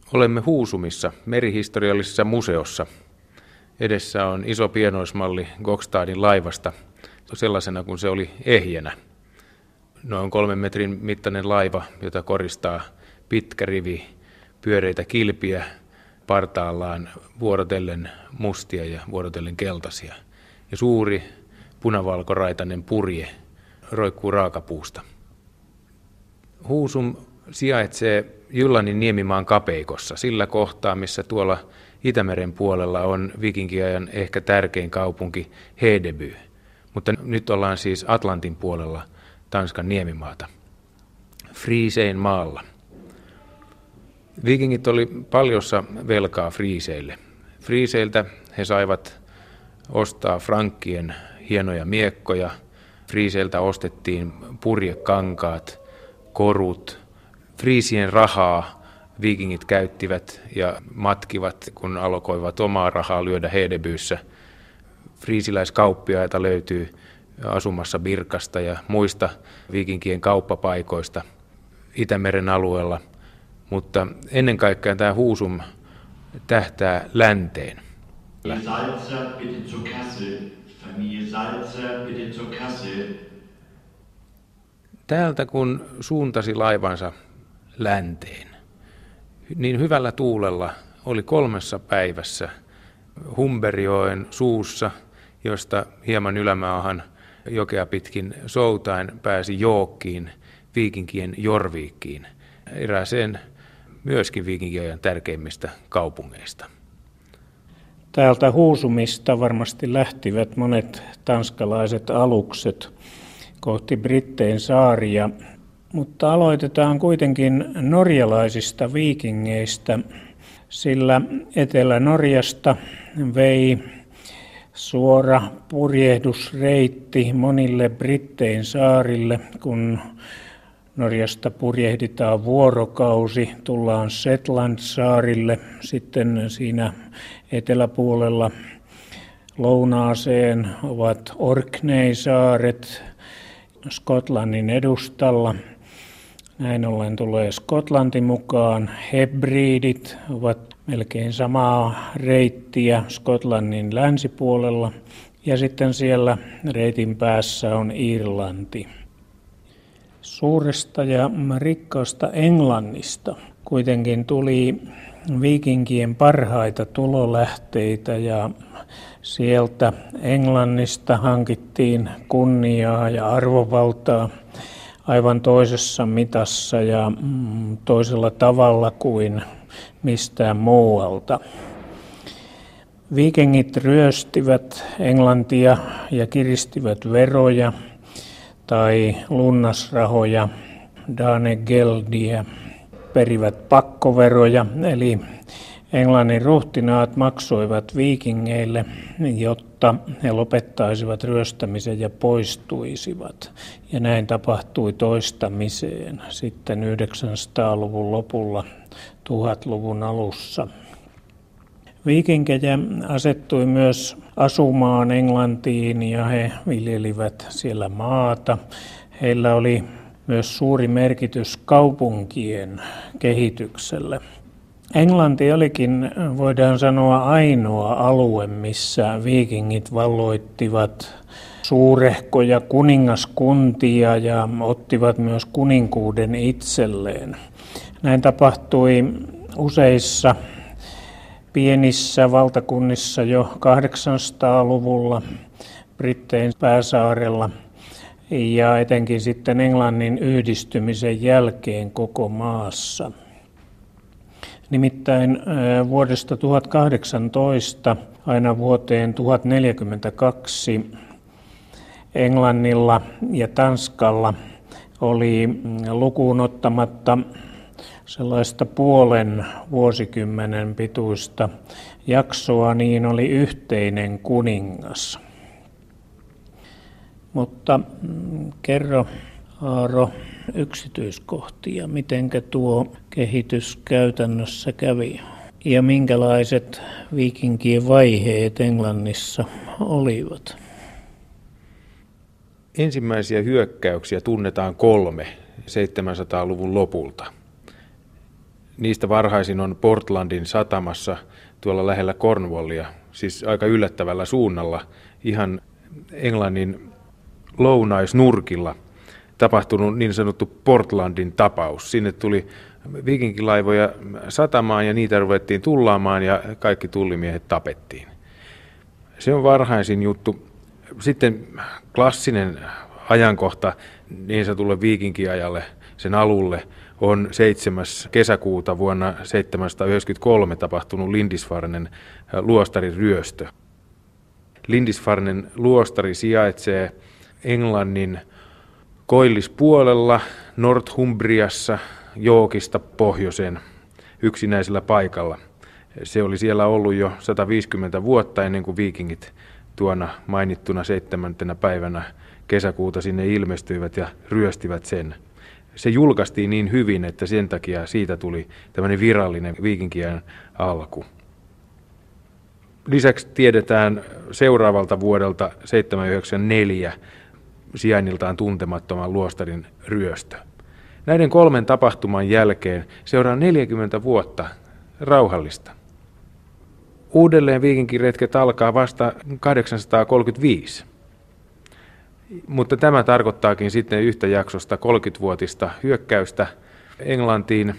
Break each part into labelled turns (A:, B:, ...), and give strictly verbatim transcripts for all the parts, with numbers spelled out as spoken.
A: Olemme Husumissa, merihistoriallisessa museossa. Edessä on iso pienoismalli Gokstadin laivasta, sellaisena kuin se oli ehjänä. Noin kolmen metrin mittainen laiva, jota koristaa pitkä rivi pyöreitä kilpiä, partaallaan vuorotellen mustia ja vuorotellen keltaisia. Ja suuri punavalkoraitainen purje roikkuu raakapuusta. Husum sijaitsee Jyllannin niemimaan kapeikossa, sillä kohtaa, missä tuolla Itämeren puolella on viikinkiajan ehkä tärkein kaupunki Hedeby. Mutta nyt ollaan siis Atlantin puolella Tanskan niemimaata, Friisein maalla. Viikingit oli paljossa velkaa friiseille. Friiseiltä he saivat ostaa frankkien hienoja miekkoja. Friiseiltä ostettiin purjekankaat, korut. Friisien rahaa viikingit käyttivät ja matkivat, kun alkoivat omaa rahaa lyödä Hedebyssä. Friisiläiskauppiaita löytyy asumassa Birkasta ja muista viikinkien kauppapaikoista Itämeren alueella. Mutta ennen kaikkea tämä Husum tähtää länteen.
B: Salzer, bitte zur Kasse. Familie Salzer, bitte zur Kasse.
A: Täältä kun suuntasi laivansa länteen, niin hyvällä tuulella oli kolmessa päivässä Humberjoen suussa, josta hieman ylämaahan jokea pitkin soutaen pääsi Jookkiin, viikinkien Jorviikkiin, erääseen myöskin viikinkiajan tärkeimmistä kaupungeista.
C: Täältä Husumista varmasti lähtivät monet tanskalaiset alukset kohti Brittein saaria, mutta aloitetaan kuitenkin norjalaisista viikingeistä, sillä Etelä-Norjasta vei suora purjehdusreitti monille Brittein saarille, kun Norjasta purjehditaan vuorokausi, tullaan Shetland-saarille, sitten siinä eteläpuolella lounaaseen ovat Orkney-saaret Skotlannin edustalla. Näin ollen tulee Skotlanti mukaan. Hebridit ovat melkein samaa reittiä Skotlannin länsipuolella ja sitten siellä reitin päässä on Irlanti. Suuresta ja rikkaasta Englannista kuitenkin tuli viikinkien parhaita tulolähteitä ja sieltä Englannista hankittiin kunniaa ja arvovaltaa aivan toisessa mitassa ja toisella tavalla kuin mistään muualta. Viikingit ryöstivät Englantia ja kiristivät veroja tai lunnasrahoja, danegeldiä, perivät pakkoveroja, eli Englannin ruhtinaat maksoivat viikingeille, jotta he lopettaisivat ryöstämisen ja poistuisivat. Ja näin tapahtui toistamiseen sitten yhdeksänsataaluvun lopulla, tuhatluvun alussa. Viikinkejä asettui myös asumaan Englantiin ja he viljelivät siellä maata. Heillä oli myös suuri merkitys kaupunkien kehitykselle. Englanti olikin, voidaan sanoa, ainoa alue, missä viikingit valloittivat suurehkoja kuningaskuntia ja ottivat myös kuninkuuden itselleen. Näin tapahtui useissa pienissä valtakunnissa jo kahdeksansataaluvulla Brittein pääsaarella ja etenkin sitten Englannin yhdistymisen jälkeen koko maassa. Nimittäin vuodesta tuhatkahdeksantoista aina vuoteen tuhatneljäkymmentäkaksi Englannilla ja Tanskalla oli lukuun ottamatta sellaista puolen vuosikymmenen pituista jaksoa, niin oli yhteinen kuningas. Mutta kerro, Aaro, yksityiskohtia, mitenkä tuo kehitys käytännössä kävi ja minkälaiset viikinkien vaiheet Englannissa olivat?
A: Ensimmäisiä hyökkäyksiä tunnetaan kolme seitsemänsataaluvun lopulta. Niistä varhaisin on Portlandin satamassa tuolla lähellä Cornwallia, siis aika yllättävällä suunnalla, ihan Englannin lounaisnurkilla tapahtunut niin sanottu Portlandin tapaus. Sinne tuli viikinkilaivoja satamaan ja niitä ruvettiin tullaamaan ja kaikki tullimiehet tapettiin. Se on varhaisin juttu. Sitten klassinen ajankohta niin sanotulle viikinkiajalle, sen alulle, on seitsemäs kesäkuuta vuonna seitsemänsataayhdeksänkymmentäkolme tapahtunut Lindisfarnen luostarin ryöstö. Lindisfarnen luostari sijaitsee Englannin koillispuolella Northumbriassa Yorkista pohjoiseen yksinäisellä paikalla. Se oli siellä ollut jo sata viisikymmentä vuotta ennen kuin viikingit tuona mainittuna seitsemäntenä päivänä kesäkuuta sinne ilmestyivät ja ryöstivät sen. Se julkaistiin niin hyvin, että sen takia siitä tuli tämmöinen virallinen viikinkien alku. Lisäksi tiedetään seuraavalta vuodelta seitsemänsataayhdeksänkymmentäneljä sijainniltaan tuntemattoman luostarin ryöstö. Näiden kolmen tapahtuman jälkeen seuraa neljäkymmentä vuotta rauhallista. Uudelleen viikinkiretket alkaa vasta kahdeksansataakolmekymmentäviisi. Mutta tämä tarkoittaakin sitten yhtä jaksosta kolmekymmentävuotista hyökkäystä Englantiin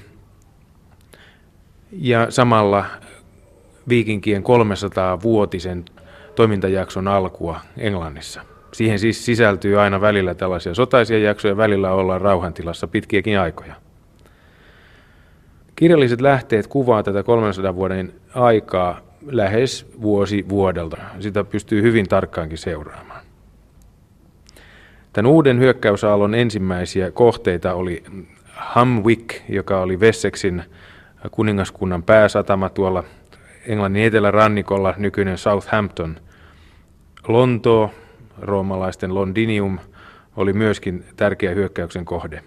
A: ja samalla viikinkien kolmesataa-vuotisen toimintajakson alkua Englannissa. Siihen siis sisältyy aina välillä tällaisia sotaisia jaksoja, välillä ollaan rauhantilassa pitkiäkin aikoja. Kirjalliset lähteet kuvaa tätä kolmensadan vuoden aikaa lähes vuosi vuodelta. Sitä pystyy hyvin tarkkaankin seuraamaan. Tämän uuden hyökkäysaallon ensimmäisiä kohteita oli Hamwick, joka oli Wessexin kuningaskunnan pääsatama tuolla Englannin etelärannikolla, nykyinen Southampton. Lontoo, roomalaisten Londinium, oli myöskin tärkeä hyökkäyksen kohde.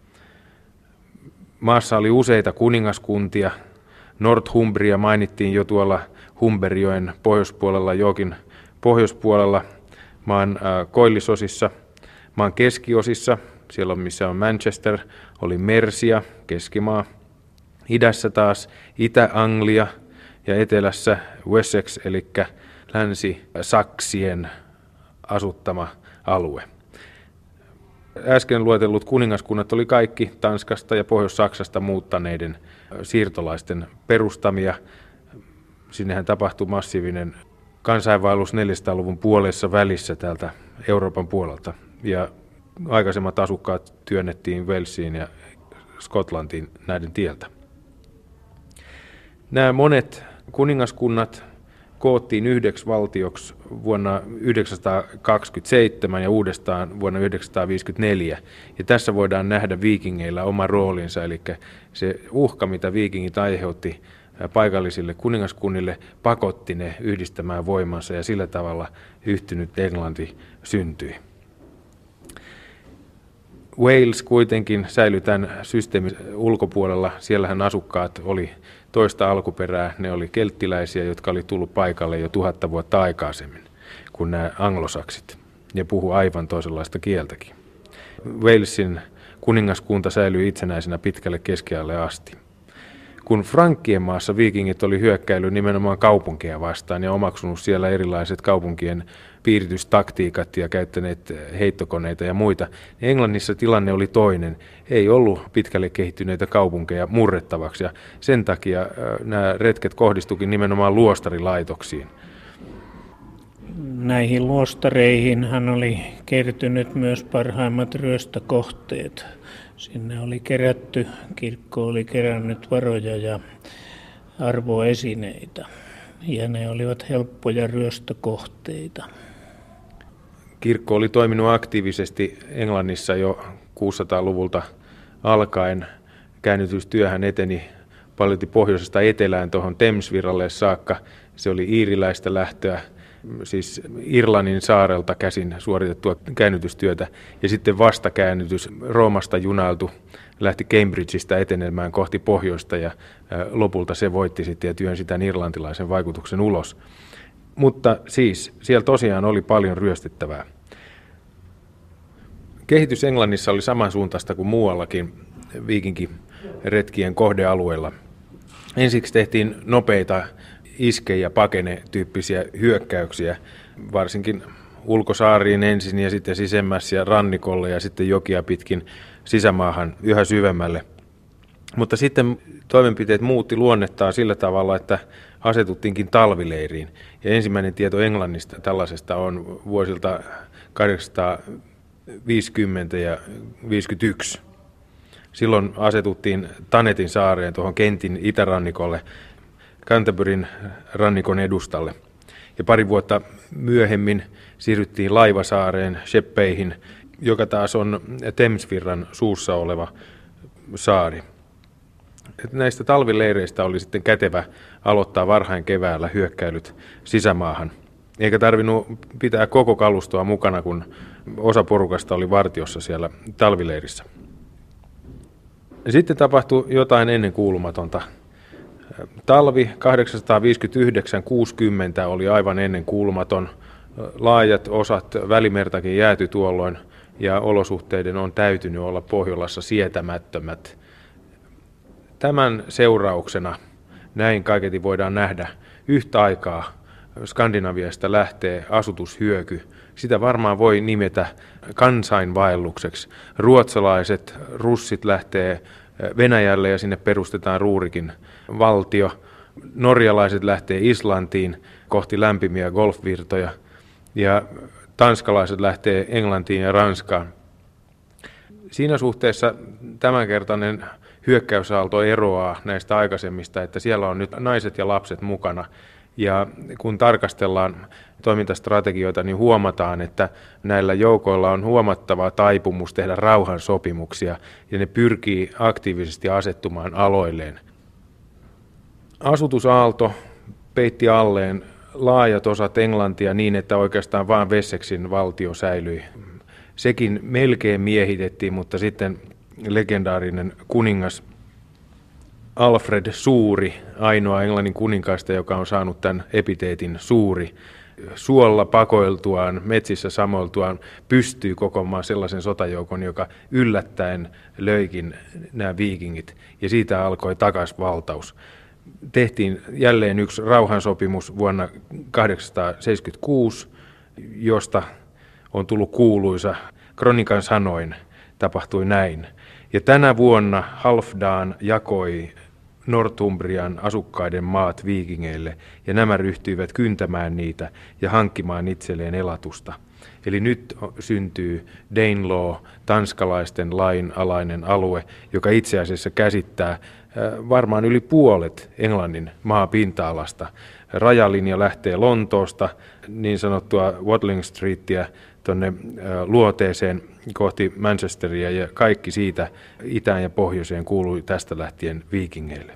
A: Maassa oli useita kuningaskuntia. Northumbria mainittiin jo tuolla Humberjoen pohjoispuolella, Yorkin pohjoispuolella, maan äh, koillisosissa. Maan keskiosissa, siellä missä on Manchester, oli Mercia, keskimaa. Idässä taas Itä-Anglia ja etelässä Wessex, eli Länsi-Saksien asuttama alue. Äsken luetellut kuningaskunnat oli kaikki Tanskasta ja Pohjois-Saksasta muuttaneiden siirtolaisten perustamia. Sinnehän tapahtui massiivinen kansainvaellus neljäsataaluvun puolessa välissä täältä Euroopan puolelta. Ja aikaisemmat asukkaat työnnettiin Walesiin ja Skotlantiin näiden tieltä. Nämä monet kuningaskunnat koottiin yhdeksi valtioksi vuonna yhdeksänsataakaksikymmentäseitsemän ja uudestaan vuonna yhdeksänsataaviisikymmentäneljä. Ja tässä voidaan nähdä viikingeillä oma roolinsa, eli se uhka, mitä viikingit aiheutti paikallisille kuningaskunnille, pakotti ne yhdistämään voimansa ja sillä tavalla yhtynyt Englanti syntyi. Wales kuitenkin säilyi tämän systeemin ulkopuolella. Siellähän asukkaat oli toista alkuperää. Ne oli kelttiläisiä, jotka oli tullut paikalle jo tuhatta vuotta aikaisemmin kuin nämä anglosaksit. Ja puhu aivan toisenlaista kieltäkin. Walesin kuningaskunta säilyi itsenäisenä pitkälle keskiajalle asti. Kun Frankkien maassa viikingit oli hyökkäily nimenomaan kaupunkeja vastaan ja omaksunut siellä erilaiset kaupunkien piiritystaktiikat ja käyttäneet heittokoneita ja muita, niin Englannissa tilanne oli toinen. Ei ollut pitkälle kehittyneitä kaupunkeja murrettavaksi ja sen takia nämä retket kohdistuikin nimenomaan luostarilaitoksiin.
C: Näihin luostareihin hän oli kertynyt myös parhaimmat ryöstökohteet. Sinne oli kerätty, kirkko oli kerännyt varoja ja arvoesineitä, ja ne olivat helppoja ryöstökohteita.
A: Kirkko oli toiminut aktiivisesti Englannissa jo kuusisataaluvulta alkaen. Käännytystyöhän eteni paljolti pohjoisesta etelään tuohon Thamesviralle saakka. Se oli iiriläistä lähtöä, siis Irlannin saarelta käsin suoritettua käännytystyötä, ja sitten vastakäännytys Roomasta junailtu lähti Cambridgeista etenemään kohti pohjoista, ja lopulta se voitti sitten ja työnsi tämän irlantilaisen vaikutuksen ulos. Mutta siis siellä tosiaan oli paljon ryöstettävää. Kehitys Englannissa oli samansuuntaista kuin muuallakin viikinkiretkien kohdealueilla. Ensiksi tehtiin nopeita iske- ja pakene-tyyppisiä hyökkäyksiä, varsinkin ulkosaariin ensin ja sitten sisemmässä ja rannikolle ja sitten jokia pitkin sisämaahan yhä syvemmälle. Mutta sitten toimenpiteet muutti luonnettaan sillä tavalla, että asetuttiinkin talvileiriin. Ja ensimmäinen tieto Englannista tällaisesta on vuosilta kahdeksansataaviisikymmentä ja viisikymmentäyksi. Silloin asetuttiin Thanetin saareen tuohon Kentin itärannikolle, Canterburyn rannikon edustalle. Ja pari vuotta myöhemmin siirryttiin Laivasaareen, Sheppeihin, joka taas on Thamesvirran suussa oleva saari. Näistä talvileireistä oli sitten kätevä aloittaa varhain keväällä hyökkäilyt sisämaahan. Eikä tarvinnut pitää koko kalustoa mukana, kun osa porukasta oli vartiossa siellä talvileirissä. Sitten tapahtui jotain ennenkuulumatonta. Talvi kahdeksansataaviisikymmentäyhdeksän kuusikymmentä oli aivan ennenkuulumaton. Laajat osat Välimertakin jääty tuolloin ja olosuhteiden on täytynyt olla Pohjolassa sietämättömät. Tämän seurauksena näin kaiketi voidaan nähdä yhtä aikaa Skandinaviasta lähtee asutushyöky. Sitä varmaan voi nimetä kansainvaellukseksi. Ruotsalaiset, russit lähtee Venäjälle ja sinne perustetaan Ruurikin valtio. Norjalaiset lähtee Islantiin kohti lämpimiä golfvirtoja ja tanskalaiset lähtee Englantiin ja Ranskaan. Siinä suhteessa tämänkertainen hyökkäysaalto eroaa näistä aikaisemmista, että siellä on nyt naiset ja lapset mukana. Ja kun tarkastellaan toimintastrategioita, niin huomataan, että näillä joukoilla on huomattava taipumus tehdä rauhansopimuksia ja ne pyrkii aktiivisesti asettumaan aloilleen. Asutusaalto peitti alleen laajat osat Englantia niin, että oikeastaan vain Wessexin valtio säilyi. Sekin melkein miehitettiin, mutta sitten legendaarinen kuningas Alfred Suuri, ainoa Englannin kuninkaista, joka on saanut tämän epiteetin Suuri, suolla pakoiltuaan, metsissä samoiltuaan, pystyy kokoamaan sellaisen sotajoukon, joka yllättäen löikin nämä viikingit, ja siitä alkoi takasvaltaus. Tehtiin jälleen yksi rauhansopimus vuonna kahdeksansataaseitsemänkymmentäkuusi, josta on tullut kuuluisa kronikan sanoin, tapahtui näin. Ja tänä vuonna Halfdan jakoi Northumbrian asukkaiden maat viikingeille, ja nämä ryhtyivät kyntämään niitä ja hankkimaan itselleen elatusta. Eli nyt syntyy Danelaw, tanskalaisten lain alainen alue, joka itse asiassa käsittää varmaan yli puolet Englannin maapinta-alasta. Rajalinja lähtee Lontoosta, niin sanottua Watling Streetia, tuonne luoteeseen kohti Manchesteria, ja kaikki siitä itään ja pohjoiseen kuului tästä lähtien viikingeille.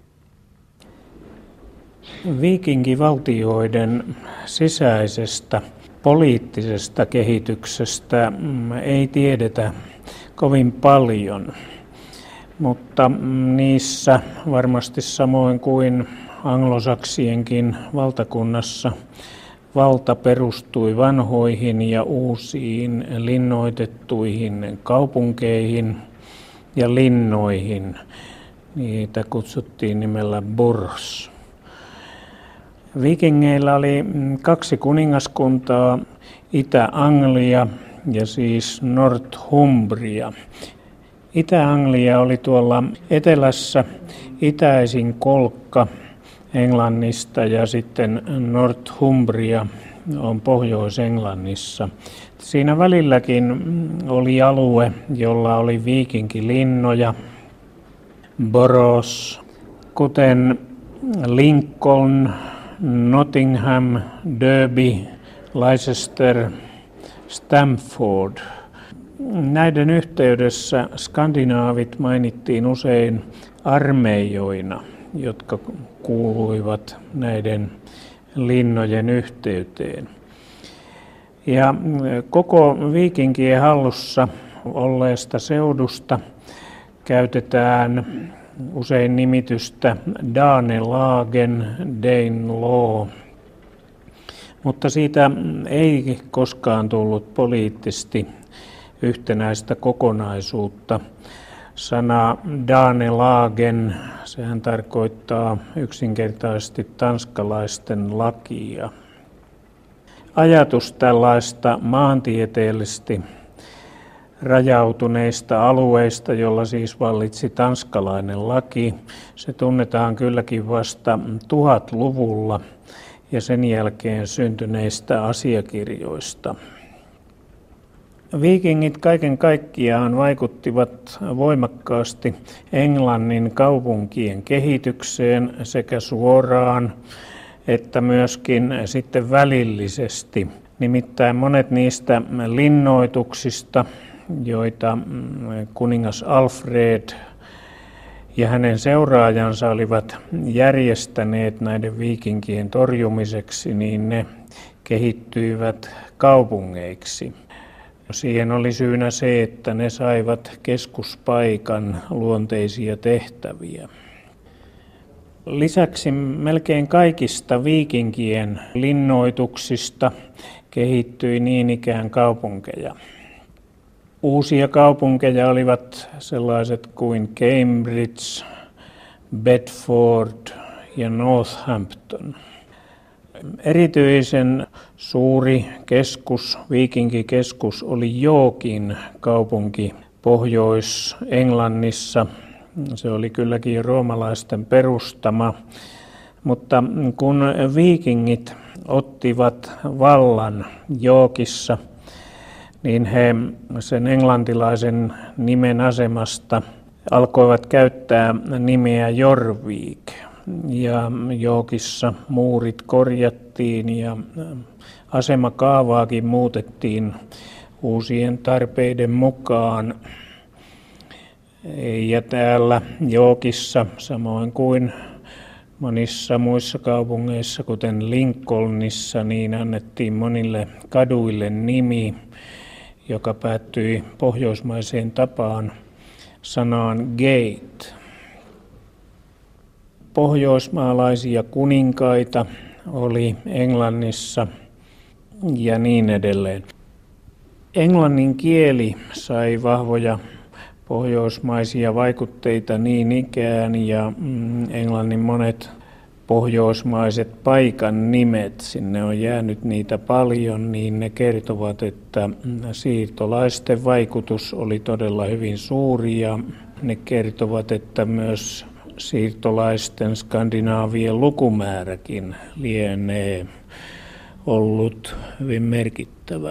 C: Viikinkivaltioiden sisäisestä poliittisesta kehityksestä ei tiedetä kovin paljon, mutta niissä varmasti samoin kuin anglosaksienkin valtakunnassa valta perustui vanhoihin ja uusiin linnoitettuihin kaupunkeihin ja linnoihin. Niitä kutsuttiin nimellä burhs. Viikingeillä oli kaksi kuningaskuntaa, Itä-Anglia ja siis Northumbria. Itä-Anglia oli tuolla etelässä itäisin kolkka Englannista ja sitten Northumbria on Pohjois-Englannissa. Siinä välilläkin oli alue, jolla oli viikinkilinnoja, boroughs, kuten Lincoln, Nottingham, Derby, Leicester, Stamford. Näiden yhteydessä skandinaavit mainittiin usein armeijoina, jotka kuuluivat näiden linnojen yhteyteen. Ja koko viikinkien hallussa olleesta seudusta käytetään usein nimitystä Danelagen, Danelaw, mutta siitä ei koskaan tullut poliittisesti yhtenäistä kokonaisuutta. Sana Danelagen, sehän tarkoittaa yksinkertaisesti tanskalaisten lakia. Ajatus tällaista maantieteellisesti rajautuneista alueista, jolla siis vallitsi tanskalainen laki, se tunnetaan kylläkin vasta tuhatluvulla ja sen jälkeen syntyneistä asiakirjoista. Viikingit kaiken kaikkiaan vaikuttivat voimakkaasti Englannin kaupunkien kehitykseen sekä suoraan että myöskin sitten välillisesti. Nimittäin monet niistä linnoituksista, joita kuningas Alfred ja hänen seuraajansa olivat järjestäneet näiden viikinkien torjumiseksi, niin ne kehittyivät kaupungeiksi. Siihen oli syynä se, että ne saivat keskuspaikan luonteisia tehtäviä. Lisäksi melkein kaikista viikinkien linnoituksista kehittyi niin ikään kaupunkeja. Uusia kaupunkeja olivat sellaiset kuin Cambridge, Bedford ja Northampton. Erityisen suuri keskus, viikinkikeskus, oli Yorkin kaupunki Pohjois-Englannissa. Se oli kylläkin roomalaisten perustama, mutta kun viikingit ottivat vallan Yorkissa, niin he sen englantilaisen nimen asemasta alkoivat käyttää nimeä Jorvik. Ja Yorkissa muurit korjattiin ja asemakaavaakin muutettiin uusien tarpeiden mukaan. Ja täällä Yorkissa, samoin kuin monissa muissa kaupungeissa, kuten Lincolnissa, niin annettiin monille kaduille nimi, joka päättyi pohjoismaiseen tapaan sanaan gate. Pohjoismaalaisia kuninkaita oli Englannissa ja niin edelleen. Englannin kieli sai vahvoja pohjoismaisia vaikutteita niin ikään ja Englannin monet pohjoismaiset paikan nimet, sinne on jäänyt niitä paljon, niin ne kertovat, että siirtolaisten vaikutus oli todella hyvin suuri ja ne kertovat, että myös siirtolaisten skandinaavien lukumääräkin lienee ollut hyvin merkittävä.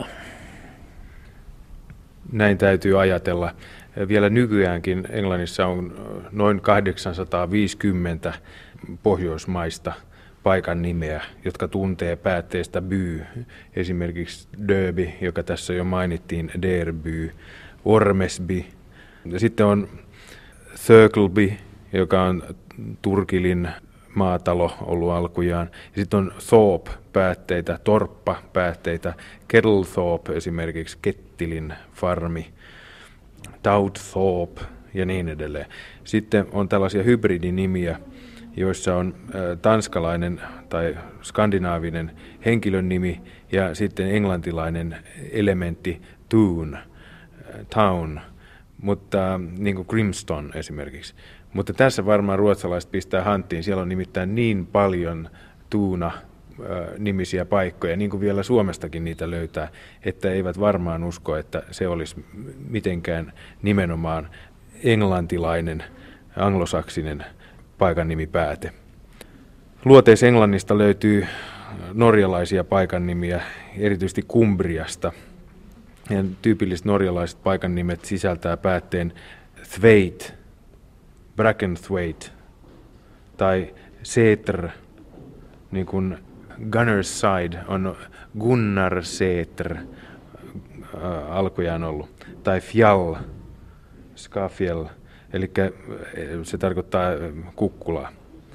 A: Näin täytyy ajatella. Vielä nykyäänkin Englannissa on noin kahdeksansataaviisikymmentä pohjoismaista paikan nimeä, jotka tuntee päätteestä by. Esimerkiksi Derby, joka tässä jo mainittiin, Derby, Ormesby. Ja sitten on Thurlby, joka on Turkilin maatalo ollut alkujaan. Ja sitten on Thorpe päätteitä, Torppa päätteitä, Kettlethorpe esimerkiksi, Kettilin farmi, Towthorpe ja niin edelleen. Sitten on tällaisia hybridinimiä, joissa on äh, tanskalainen tai skandinaavinen henkilön nimi ja sitten englantilainen elementti town, äh, town, mutta äh, niin kuin Grimston esimerkiksi. Mutta tässä varmaan ruotsalaiset pistää hanttiin. Siellä on nimittäin niin paljon tuuna nimisiä paikkoja, niin kuin vielä Suomestakin niitä löytää, että eivät varmaan usko, että se olisi mitenkään nimenomaan englantilainen, anglosaksinen paikannimipääte. Luoteis Englannista löytyy norjalaisia paikannimiä, erityisesti Kumbriasta. Ja tyypilliset norjalaiset paikannimet sisältää päätteen Thwaite, Brackenthwaite tai Säter, niin kuin Gunnerside on Gunnarsäter äh, alkujaan ollut, tai Fjall, Skafjell, eli se tarkoittaa kukkulaa.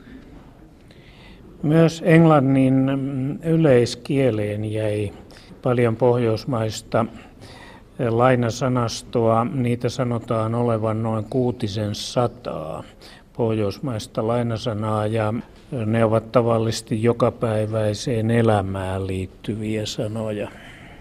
C: Myös englannin yleiskieleen jäi paljon pohjoismaista lainasanastoa. Niitä sanotaan olevan noin kuutisen sataa pohjoismaista lainasanaa ja ne ovat tavallisesti jokapäiväiseen elämään liittyviä sanoja.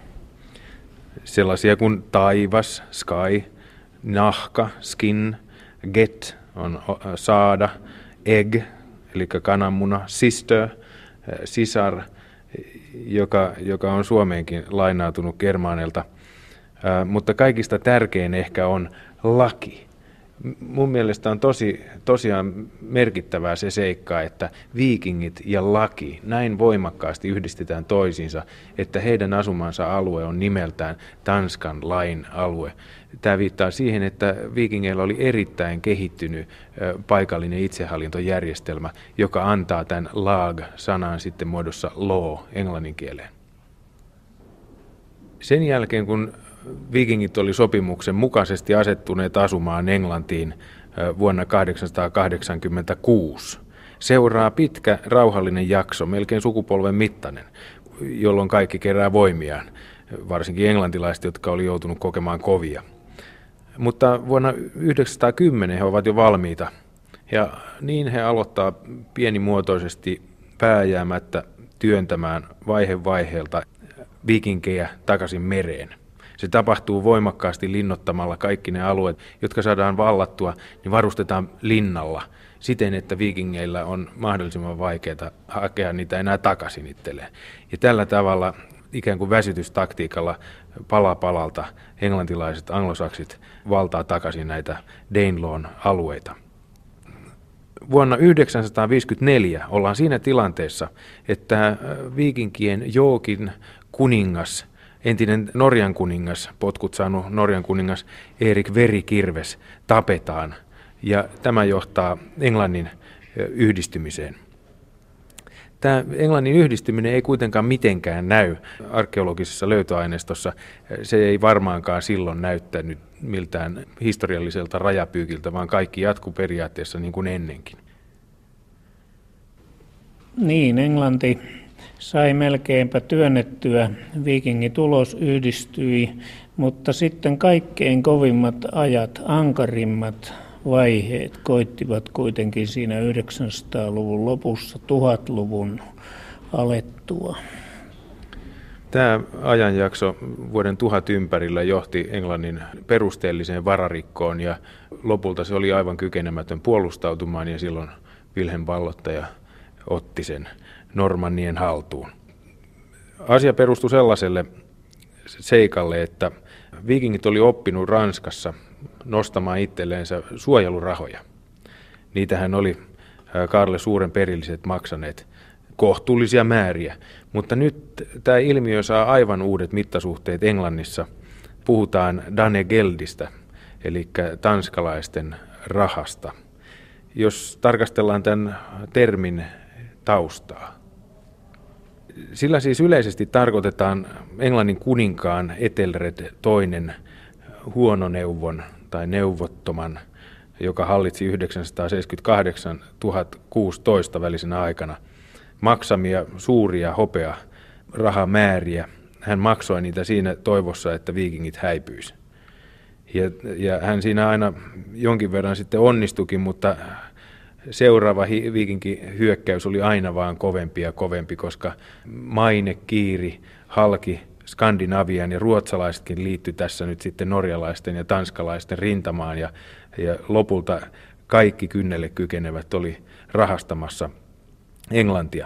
A: Sellaisia kuin taivas, sky, nahka, skin, get on saada, egg, eli kananmuna, sister, sisar, joka, joka on Suomeenkin lainautunut germaanilta. Mutta kaikista tärkein ehkä on laki. Mun mielestä on tosi, tosiaan merkittävää se seikka, että viikingit ja laki näin voimakkaasti yhdistetään toisiinsa, että heidän asumansa alue on nimeltään Tanskan lain alue. Tämä viittaa siihen, että viikingeillä oli erittäin kehittynyt paikallinen itsehallintojärjestelmä, joka antaa tämän lag-sanan sitten muodossa law englannin kieleen. Sen jälkeen, kun viikingit oli sopimuksen mukaisesti asettuneet asumaan Englantiin vuonna kahdeksansataakahdeksankymmentäkuusi, seuraa pitkä rauhallinen jakso, melkein sukupolven mittainen, jolloin kaikki kerää voimiaan, varsinkin englantilaiset, jotka oli joutunut kokemaan kovia. Mutta vuonna yhdeksänsataakymmenen he ovat jo valmiita, ja niin he aloittaa pienimuotoisesti vääjäämättä työntämään vaihe vaiheelta viikinkejä takaisin mereen. Se tapahtuu voimakkaasti linnottamalla kaikki ne alueet, jotka saadaan vallattua, niin varustetaan linnalla siten, että viikingeillä on mahdollisimman vaikeaa hakea niitä enää takaisin itselleen. Ja tällä tavalla ikään kuin väsytystaktiikalla pala palalta englantilaiset anglosaksit valtaa takaisin näitä Danelawn alueita. Vuonna yhdeksänsataaviisikymmentäneljä ollaan siinä tilanteessa, että viikinkien Jookin kuningas, entinen Norjan kuningas, potkut saanut Norjan kuningas Erik Verikirves tapetaan, ja tämä johtaa Englannin yhdistymiseen. Tämä Englannin yhdistyminen ei kuitenkaan mitenkään näy arkeologisessa löytöaineistossa. Se ei varmaankaan silloin näyttänyt miltään historialliselta rajapyykiltä, vaan kaikki jatkuu periaatteessa niin kuin ennenkin.
C: Niin, Englanti sai melkeinpä työnnettyä, viikingit ulos, yhdistyi, mutta sitten kaikkein kovimmat ajat, ankarimmat vaiheet koittivat kuitenkin siinä yhdeksänsadan-luvun lopussa, tuhatluvun alettua.
A: Tämä ajanjakso vuoden tuhat ympärillä johti Englannin perusteelliseen vararikkoon, ja lopulta se oli aivan kykenemätön puolustautumaan, ja silloin Vilhelm valloittaja otti sen Normannien haltuun. Asia perustui sellaiselle seikalle, että viikingit oli oppinut Ranskassa nostamaan itselleensä suojelurahoja. Niitähän oli Kaarle Suuren perilliset maksaneet kohtuullisia määriä, mutta nyt tämä ilmiö saa aivan uudet mittasuhteet Englannissa. Puhutaan Danegeldistä, eli tanskalaisten rahasta. Jos tarkastellaan tämän termin taustaa. Sillä siis yleisesti tarkoitetaan Englannin kuninkaan Ethelred toinen huononeuvon tai neuvottoman, joka hallitsi yhdeksänsataaseitsemänkymmentäkahdeksan tuhatkuusitoista välisenä aikana, maksamia suuria hopea rahamääriä. Hän maksoi niitä siinä toivossa, että viikingit häipyisi. Ja, ja hän siinä aina jonkin verran sitten onnistukin, mutta seuraava viikinkihyökkäys oli aina vaan kovempi ja kovempi, koska maine kiiri halki Skandinavian, ja ruotsalaisetkin liittyi tässä nyt sitten norjalaisten ja tanskalaisten rintamaan, ja, ja lopulta kaikki kynnelle kykenevät oli rahastamassa Englantia.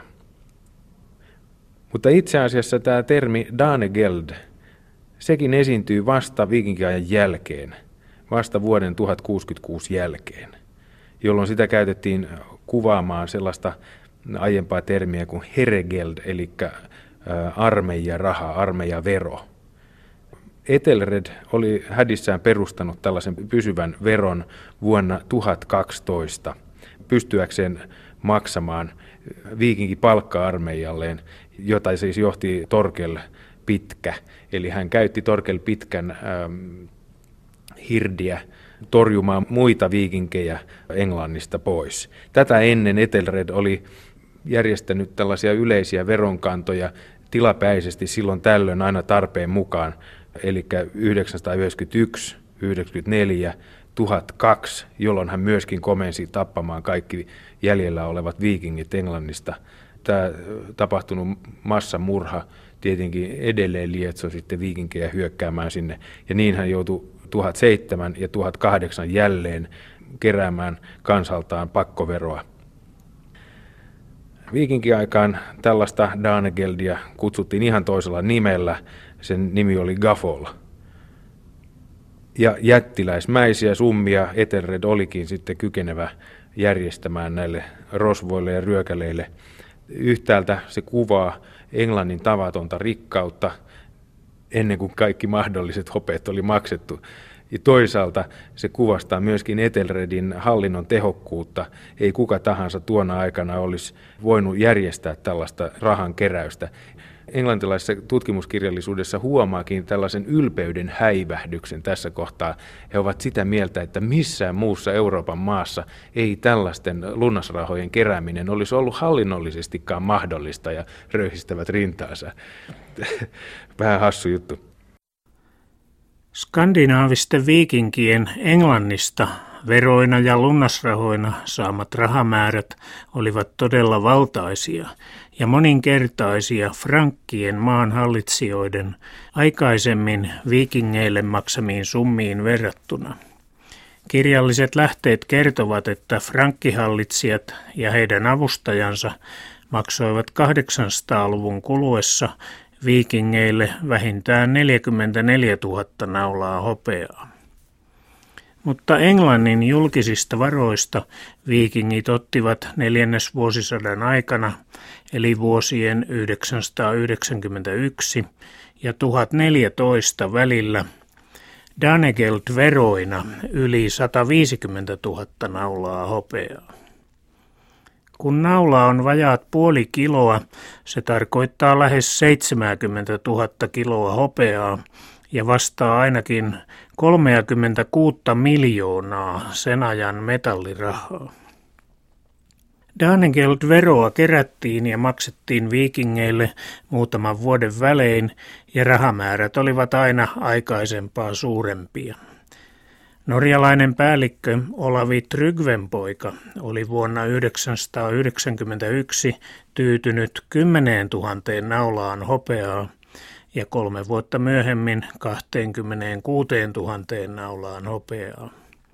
A: Mutta itse asiassa tämä termi Danegeld, sekin esiintyy vasta viikinkiajan jälkeen, vasta vuoden tuhatkuusikymmentäkuusi jälkeen, jolloin sitä käytettiin kuvaamaan sellaista aiempaa termiä kuin heregeld, eli armeijaraha, armeijavero. Ethelred oli hädissään perustanut tällaisen pysyvän veron vuonna tuhatkaksitoista pystyäkseen maksamaan viikinkipalkka-armeijalleen, jota siis johti Torkel Pitkä. Eli hän käytti Torkel Pitkän ähm, hirdiä torjumaan muita viikinkejä Englannista pois. Tätä ennen Ethelred oli järjestänyt tällaisia yleisiä veronkantoja tilapäisesti silloin tällöin aina tarpeen mukaan, eli yhdeksänsataayhdeksänkymmentäyksi, yhdeksänkymmentäneljä, tuhatkaksi, jolloin hän myöskin komensi tappamaan kaikki jäljellä olevat viikingit Englannista. Tämä tapahtunut massamurha tietenkin edelleen lietsoi sitten viikinkejä hyökkäämään sinne, ja niin hän joutui tuhatseitsemän ja tuhatkahdeksan jälleen keräämään kansaltaan pakkoveroa. Viikinkiaikaan tällaista Danegeldia kutsuttiin ihan toisella nimellä. Sen nimi oli Gafol. Ja jättiläismäisiä summia Ethelred olikin sitten kykenevä järjestämään näille rosvoille ja ryökäleille. Yhtäältä se kuvaa Englannin tavatonta rikkautta ennen kuin kaikki mahdolliset hopeet oli maksettu. Ja toisaalta se kuvastaa myöskin Ethelredin hallinnon tehokkuutta. Ei kuka tahansa tuona aikana olisi voinut järjestää tällaista rahan keräystä. Englantilaisessa tutkimuskirjallisuudessa huomaakin tällaisen ylpeyden häivähdyksen tässä kohtaa. He ovat sitä mieltä, että missään muussa Euroopan maassa ei tällaisten lunnasrahojen kerääminen olisi ollut hallinnollisestikaan mahdollista ja röyhistävät rintaansa. Vähän hassu juttu.
C: Skandinaavisten viikinkien Englannista veroina ja lunnasrahoina saamat rahamäärät olivat todella valtaisia ja moninkertaisia frankkien maanhallitsijoiden aikaisemmin viikingeille maksamiin summiin verrattuna. Kirjalliset lähteet kertovat, että frankkihallitsijat ja heidän avustajansa maksoivat kahdeksansataaluvun kuluessa viikingeille vähintään neljäkymmentäneljätuhatta naulaa hopeaa. Mutta Englannin julkisista varoista viikingit ottivat neljännesvuosisadan aikana, eli vuosien yhdeksänsataayhdeksänkymmentäyksi ja tuhatneljätoista välillä, Danegeld-veroina yli sataviisikymmentätuhatta naulaa hopeaa. Kun naula on vajaat puoli kiloa, se tarkoittaa lähes seitsemänkymmentätuhatta kiloa hopeaa ja vastaa ainakin kolmekymmentäkuusi miljoonaa sen ajan metallirahaa. Danegeld-veroa kerättiin ja maksettiin viikingeille muutaman vuoden välein ja rahamäärät olivat aina aikaisempaa suurempia. Norjalainen päällikkö Olavi Trygvenpoika oli vuonna yhdeksänsataayhdeksänkymmentäyksi tyytynyt kymmeneen tuhanteen naulaan hopeaa ja kolme vuotta myöhemmin kaksikymmentäkuusi tuhatta naulaan hopeaa.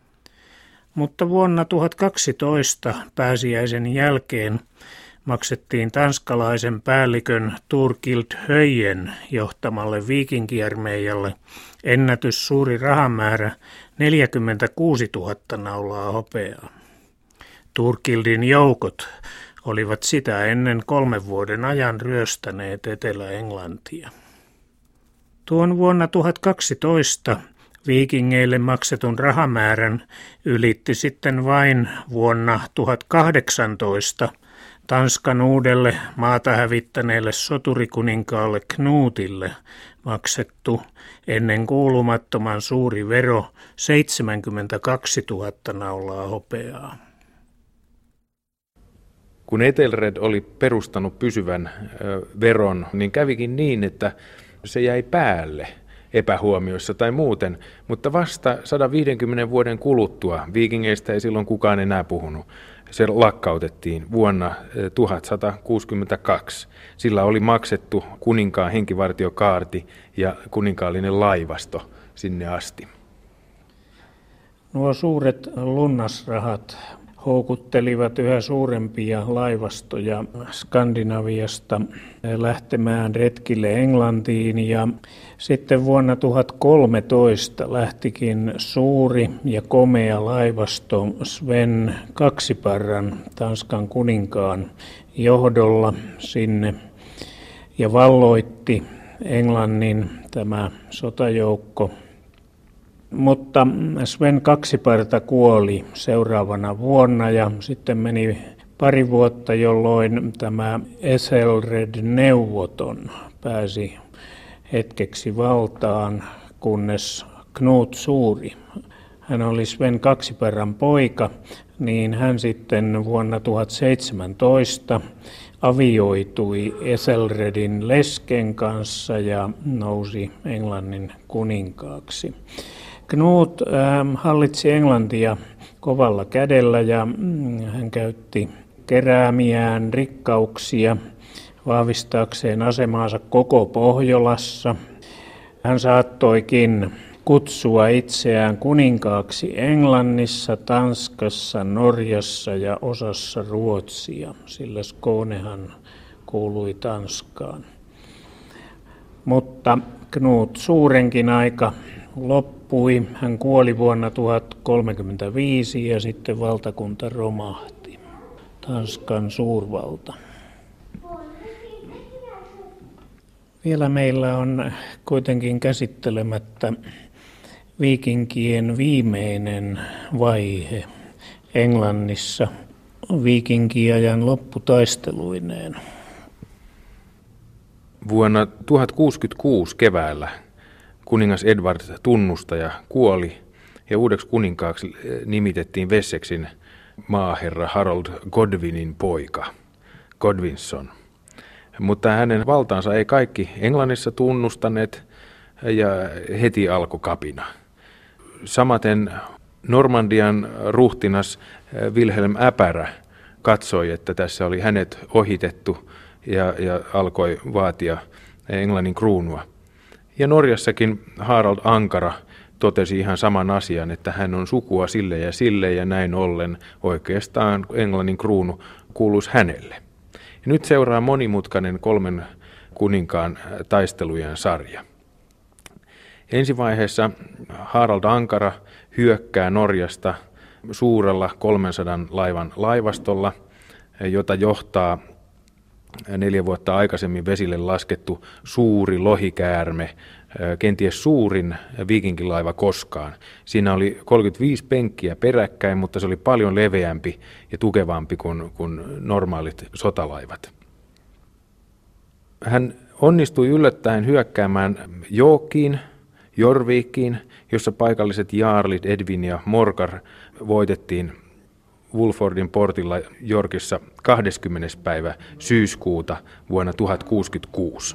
C: Mutta vuonna tuhatkaksitoista pääsiäisen jälkeen maksettiin tanskalaisen päällikön Thorkild Höjen johtamalle viikinkiarmeijalle ennätys suuri rahamäärä neljäkymmentäkuusituhatta naulaa hopeaa. Thorkildin joukot olivat sitä ennen kolmen vuoden ajan ryöstäneet Etelä-Englantia. Tuon vuonna tuhatkaksitoista viikingeille maksetun rahamäärän ylitti sitten vain vuonna tuhatkahdeksantoista Tanskan uudelle maata hävittäneelle soturikuninkaalle Knutille maksettu ennen kuulumattoman suuri vero seitsemänkymmentäkaksituhatta naulaa hopeaa.
A: Kun Ethelred oli perustanut pysyvän ö, veron, niin kävikin niin, että se jäi päälle epähuomioissa tai muuten, mutta vasta sata viisikymmentä vuoden kuluttua, viikingeistä ei silloin kukaan enää puhunut, se lakkautettiin vuonna tuhatsatakuusikymmentäkaksi. Sillä oli maksettu kuninkaan henkivartiokaarti ja kuninkaallinen laivasto sinne asti.
C: Nuo suuret lunnasrahat houkuttelivat yhä suurempia laivastoja Skandinaviasta lähtemään retkille Englantiin ja sitten vuonna tuhatkolmetoista lähtikin suuri ja komea laivasto Sven Kaksiparran Tanskan kuninkaan johdolla sinne ja valloitti Englannin tämä sotajoukko. Mutta Sven Kaksiparta kuoli seuraavana vuonna ja sitten meni pari vuotta, jolloin tämä Ethelred neuvoton pääsi hetkeksi valtaan, kunnes Knut Suuri, hän oli Sven Kaksiparran poika, niin hän sitten vuonna tuhatseitsemäntoista avioitui Ethelredin lesken kanssa ja nousi Englannin kuninkaaksi. Knut äh, hallitsi Englantia kovalla kädellä ja mm, hän käytti keräämiään rikkauksia vahvistaakseen asemaansa koko Pohjolassa. Hän saattoikin kutsua itseään kuninkaaksi Englannissa, Tanskassa, Norjassa ja osassa Ruotsia, sillä Skånehan kuului Tanskaan. Mutta Knut Suurenkin aika loppui. Hän kuoli vuonna tuhatkolmekymmentäviisi ja sitten valtakunta romahti. Tanskan suurvalta. Vielä meillä on kuitenkin käsittelemättä viikinkien viimeinen vaihe Englannissa viikinkiajan lopputaisteluineen.
A: Vuonna tuhatkuusikymmentäkuusi keväällä kuningas Edward Tunnustaja kuoli ja uudeksi kuninkaaksi nimitettiin Wessexin maaherra Harold Godwinin poika, Godwinson. Mutta hänen valtaansa ei kaikki Englannissa tunnustaneet ja heti alkoi kapina. Samaten Normandian ruhtinas Wilhelm Äpärä katsoi, että tässä oli hänet ohitettu ja, ja alkoi vaatia Englannin kruunua. Ja Norjassakin Harald Ankara totesi ihan saman asian, että hän on sukua sille ja sille ja näin ollen oikeastaan Englannin kruunu kuuluisi hänelle. Ja nyt seuraa monimutkainen kolmen kuninkaan taistelujen sarja. Ensi vaiheessa Harald Ankara hyökkää Norjasta suurella kolmensadan laivan laivastolla, jota johtaa neljä vuotta aikaisemmin vesille laskettu suuri lohikäärme, kenties suurin viikinkilaiva koskaan. Siinä oli kolmekymmentäviisi penkkiä peräkkäin, mutta se oli paljon leveämpi ja tukevampi kuin, kuin normaalit sotalaivat. Hän onnistui yllättäen hyökkäämään Yorkiin, Jorvikiin, jossa paikalliset jaarlit Edwin ja Morkar voitettiin Woolfordin portilla Yorkissa kahdeskymmenes päivä syyskuuta vuonna tuhatkuusikymmentäkuusi.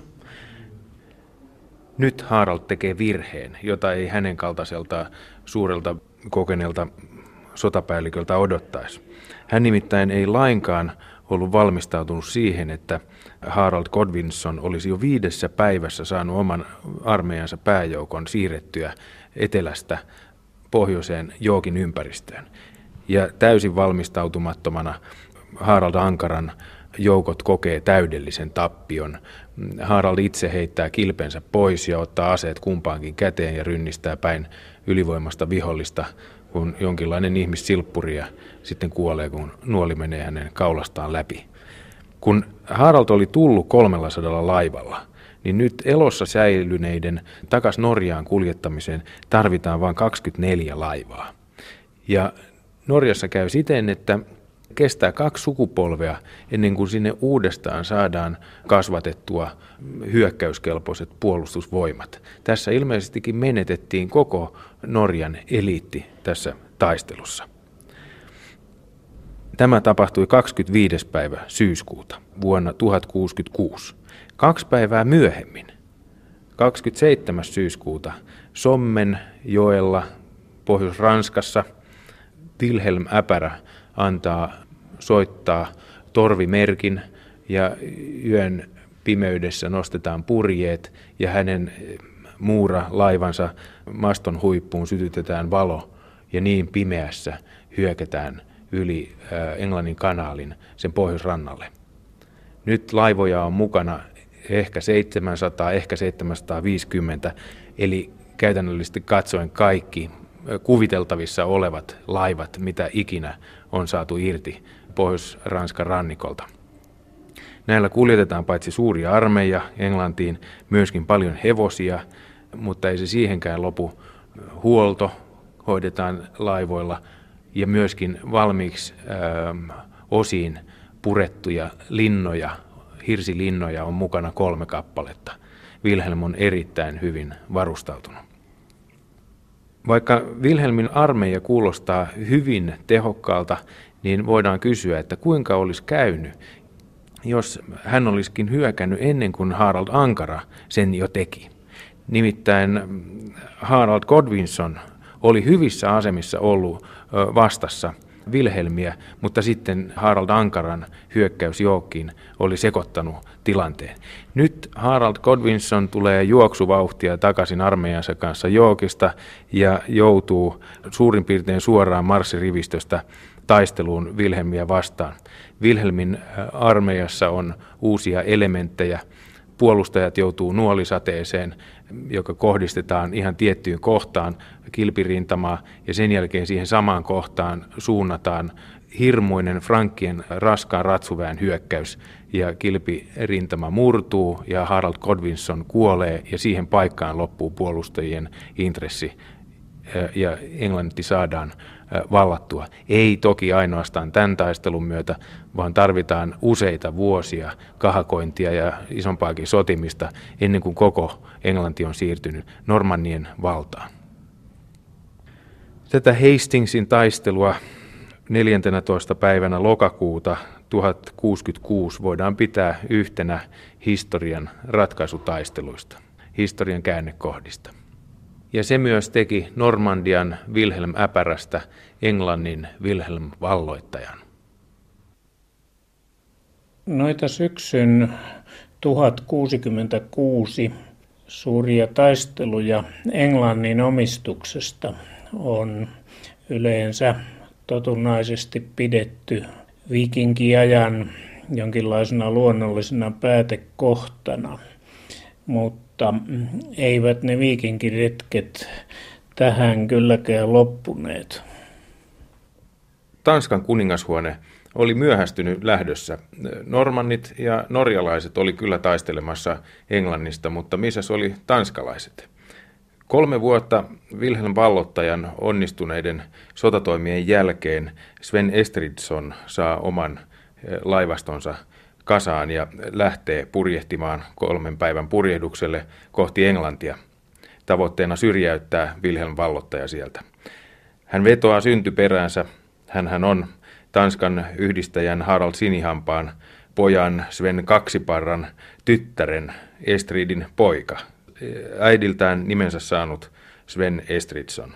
A: Nyt Harald tekee virheen, jota ei hänen kaltaiselta suurelta kokeneelta sotapäälliköltä odottaisi. Hän nimittäin ei lainkaan ollut valmistautunut siihen, että Harold Godwinson olisi jo viidessä päivässä saanut oman armeijansa pääjoukon siirrettyä etelästä pohjoiseen Yorkin ympäristöön. Ja täysin valmistautumattomana Harald Ankaran joukot kokee täydellisen tappion. Harald itse heittää kilpensä pois ja ottaa aseet kumpaankin käteen ja rynnistää päin ylivoimasta vihollista, kun jonkinlainen ihmissilppuri ja sitten kuolee, kun nuoli menee hänen kaulastaan läpi. Kun Harald oli tullut kolmellasadalla laivalla, niin nyt elossa säilyneiden takas Norjaan kuljettamiseen tarvitaan vain kaksikymmentäneljä laivaa. Ja Norjassa käy siten, että kestää kaksi sukupolvea ennen kuin sinne uudestaan saadaan kasvatettua hyökkäyskelpoiset puolustusvoimat. Tässä ilmeisestikin menetettiin koko Norjan eliitti tässä taistelussa. Tämä tapahtui kahdeskymmenesviides päivä syyskuuta vuonna tuhatkuusikymmentäkuusi. Kaksi päivää myöhemmin, kahdeskymmenesseitsemäs syyskuuta, Sommen joella Pohjois-Ranskassa Wilhelm Äpärä antaa soittaa torvimerkin ja yön pimeydessä nostetaan purjeet ja hänen muura-laivansa maston huippuun sytytetään valo ja niin pimeässä hyökätään yli Englannin kanaalin sen pohjoisrannalle. Nyt laivoja on mukana ehkä seitsemänsataa, ehkä seitsemänsataaviisikymmentä, eli käytännöllisesti katsoen kaikki kuviteltavissa olevat laivat, mitä ikinä on saatu irti Pohjois-Ranskan rannikolta. Näillä kuljetetaan paitsi suuri armeija Englantiin, myöskin paljon hevosia, mutta ei se siihenkään lopu. Huolto hoidetaan laivoilla ja myöskin valmiiksi ö, osiin purettuja linnoja, hirsilinnoja on mukana kolme kappaletta. Wilhelm on erittäin hyvin varustautunut. Vaikka Wilhelmin armeija kuulostaa hyvin tehokkaalta, niin voidaan kysyä, että kuinka olisi käynyt, jos hän olisikin hyökännyt ennen kuin Harald Ankara sen jo teki. Nimittäin Harald Godwinson oli hyvissä asemissa ollut vastassa Wilhelmiä, mutta sitten Harald Ankaran hyökkäys Yorkiin oli sekoittanut tilanteen. Nyt Harald Godwinson tulee juoksuvauhtia takaisin armeijansa kanssa Yorkista ja joutuu suurin piirtein suoraan marssirivistöstä taisteluun Wilhelmiä vastaan. Wilhelmin armeijassa on uusia elementtejä. Puolustajat joutuu nuolisateeseen, joka kohdistetaan ihan tiettyyn kohtaan kilpirintamaa, ja sen jälkeen siihen samaan kohtaan suunnataan hirmuinen frankkien raskaan ratsuväen hyökkäys, ja kilpirintama murtuu, ja Harald Godwinson kuolee, ja siihen paikkaan loppuu puolustajien intressi, ja Englanti saadaan vallattua. Ei toki ainoastaan tämän taistelun myötä, vaan tarvitaan useita vuosia kahakointia ja isompaakin sotimista ennen kuin koko Englanti on siirtynyt Normannien valtaan. Tätä Hastingsin taistelua neljäntenätoista päivänä lokakuuta tuhatkuusikymmentäkuusi voidaan pitää yhtenä historian ratkaisutaisteluista, historian käännekohdista. Ja se myös teki Normandian Wilhelm-äpärästä Englannin Wilhelm-valloittajan.
C: Noita syksyn tuhatkuusikymmentäkuusi suuria taisteluja Englannin omistuksesta on yleensä totunnaisesti pidetty viikinkiajan jonkinlaisena luonnollisena päätekohtana, mutta eivät ne viikinkiretket tähän kylläkään loppuneet.
A: Tanskan kuningashuone oli myöhästynyt lähdössä. Normannit ja norjalaiset oli kyllä taistelemassa Englannista, mutta missäs oli tanskalaiset? Kolme vuotta Wilhelm valloittajan onnistuneiden sotatoimien jälkeen Sven Estridsson saa oman laivastonsa kasaan ja lähtee purjehtimaan kolmen päivän purjehdukselle kohti Englantia. Tavoitteena syrjäyttää Wilhelm valloittaja sieltä. Hän vetoaa syntyperäänsä. Hänhän on Tanskan yhdistäjän Harald Sinihampaan pojan Sven Kaksiparran tyttären Estridin poika, äidiltään nimensä saanut Sven Estridsson.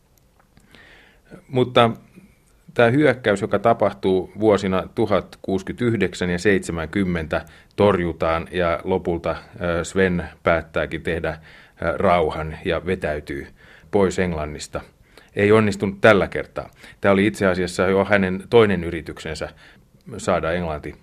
A: Mutta tämä hyökkäys, joka tapahtuu vuosina tuhat kuusikymmentäyhdeksän ja seitsemänkymmentä, torjutaan ja lopulta Sven päättääkin tehdä rauhan ja vetäytyy pois Englannista. Ei onnistunut tällä kertaa. Tämä oli itse asiassa jo hänen toinen yrityksensä saada Englanti.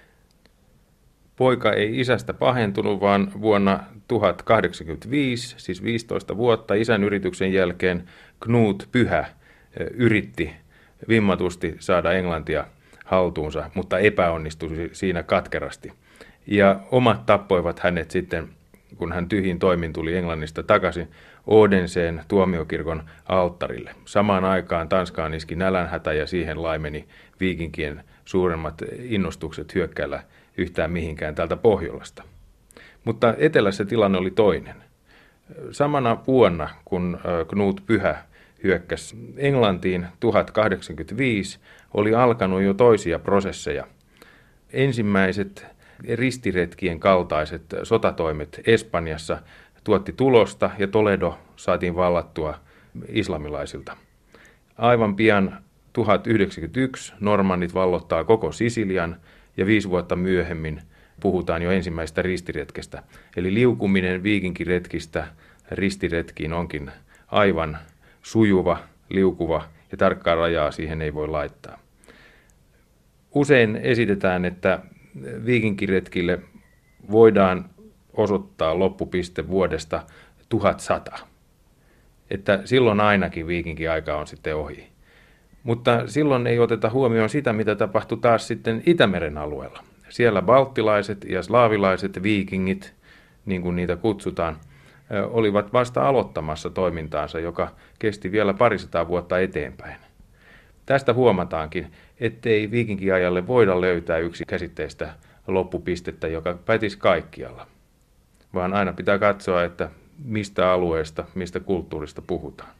A: Poika ei isästä pahentunut, vaan vuonna tuhatkahdeksankymmentäviisi, siis viisitoista vuotta isän yrityksen jälkeen, Knut Pyhä yritti vimmatusti saada Englantia haltuunsa, mutta epäonnistui siinä katkerasti. Ja omat tappoivat hänet sitten, kun hän tyhjin toimin tuli Englannista takaisin Odenseen tuomiokirkon alttarille. Samaan aikaan Tanskaan iski nälänhätä ja siihen laimeni viikinkien suuremmat innostukset hyökkäillä yhtään mihinkään täältä Pohjolasta. Mutta etelässä tilanne oli toinen. Samana vuonna, kun Knut Pyhä hyökkäsi Englantiin tuhatkahdeksankymmentäviisi, oli alkanut jo toisia prosesseja. Ensimmäiset ristiretkien kaltaiset sotatoimet Espanjassa tuotti tulosta ja Toledo saatiin vallattua islamilaisilta. Aivan pian tuhatyhdeksänkymmentäyksi normannit vallottaa koko Sisilian ja viisi vuotta myöhemmin puhutaan jo ensimmäisestä ristiretkestä. Eli liukuminen viikinkiretkistä ristiretkiin onkin aivan sujuva, liukuva ja tarkkaa rajaa siihen ei voi laittaa. Usein esitetään, että viikinkiretkille voidaan osoittaa loppupiste vuodesta tuhatsata. Että silloin ainakin viikinkiaika on sitten ohi. Mutta silloin ei oteta huomioon sitä, mitä tapahtui taas sitten Itämeren alueella. Siellä balttilaiset ja slaavilaiset viikingit, niin kuin niitä kutsutaan, olivat vasta aloittamassa toimintaansa, joka kesti vielä parisataa vuotta eteenpäin. Tästä huomataankin, ettei viikinkiajalle voida löytää yksi käsitteistä loppupistettä, joka pätisi kaikkialla, vaan aina pitää katsoa, että mistä alueesta, mistä kulttuurista puhutaan.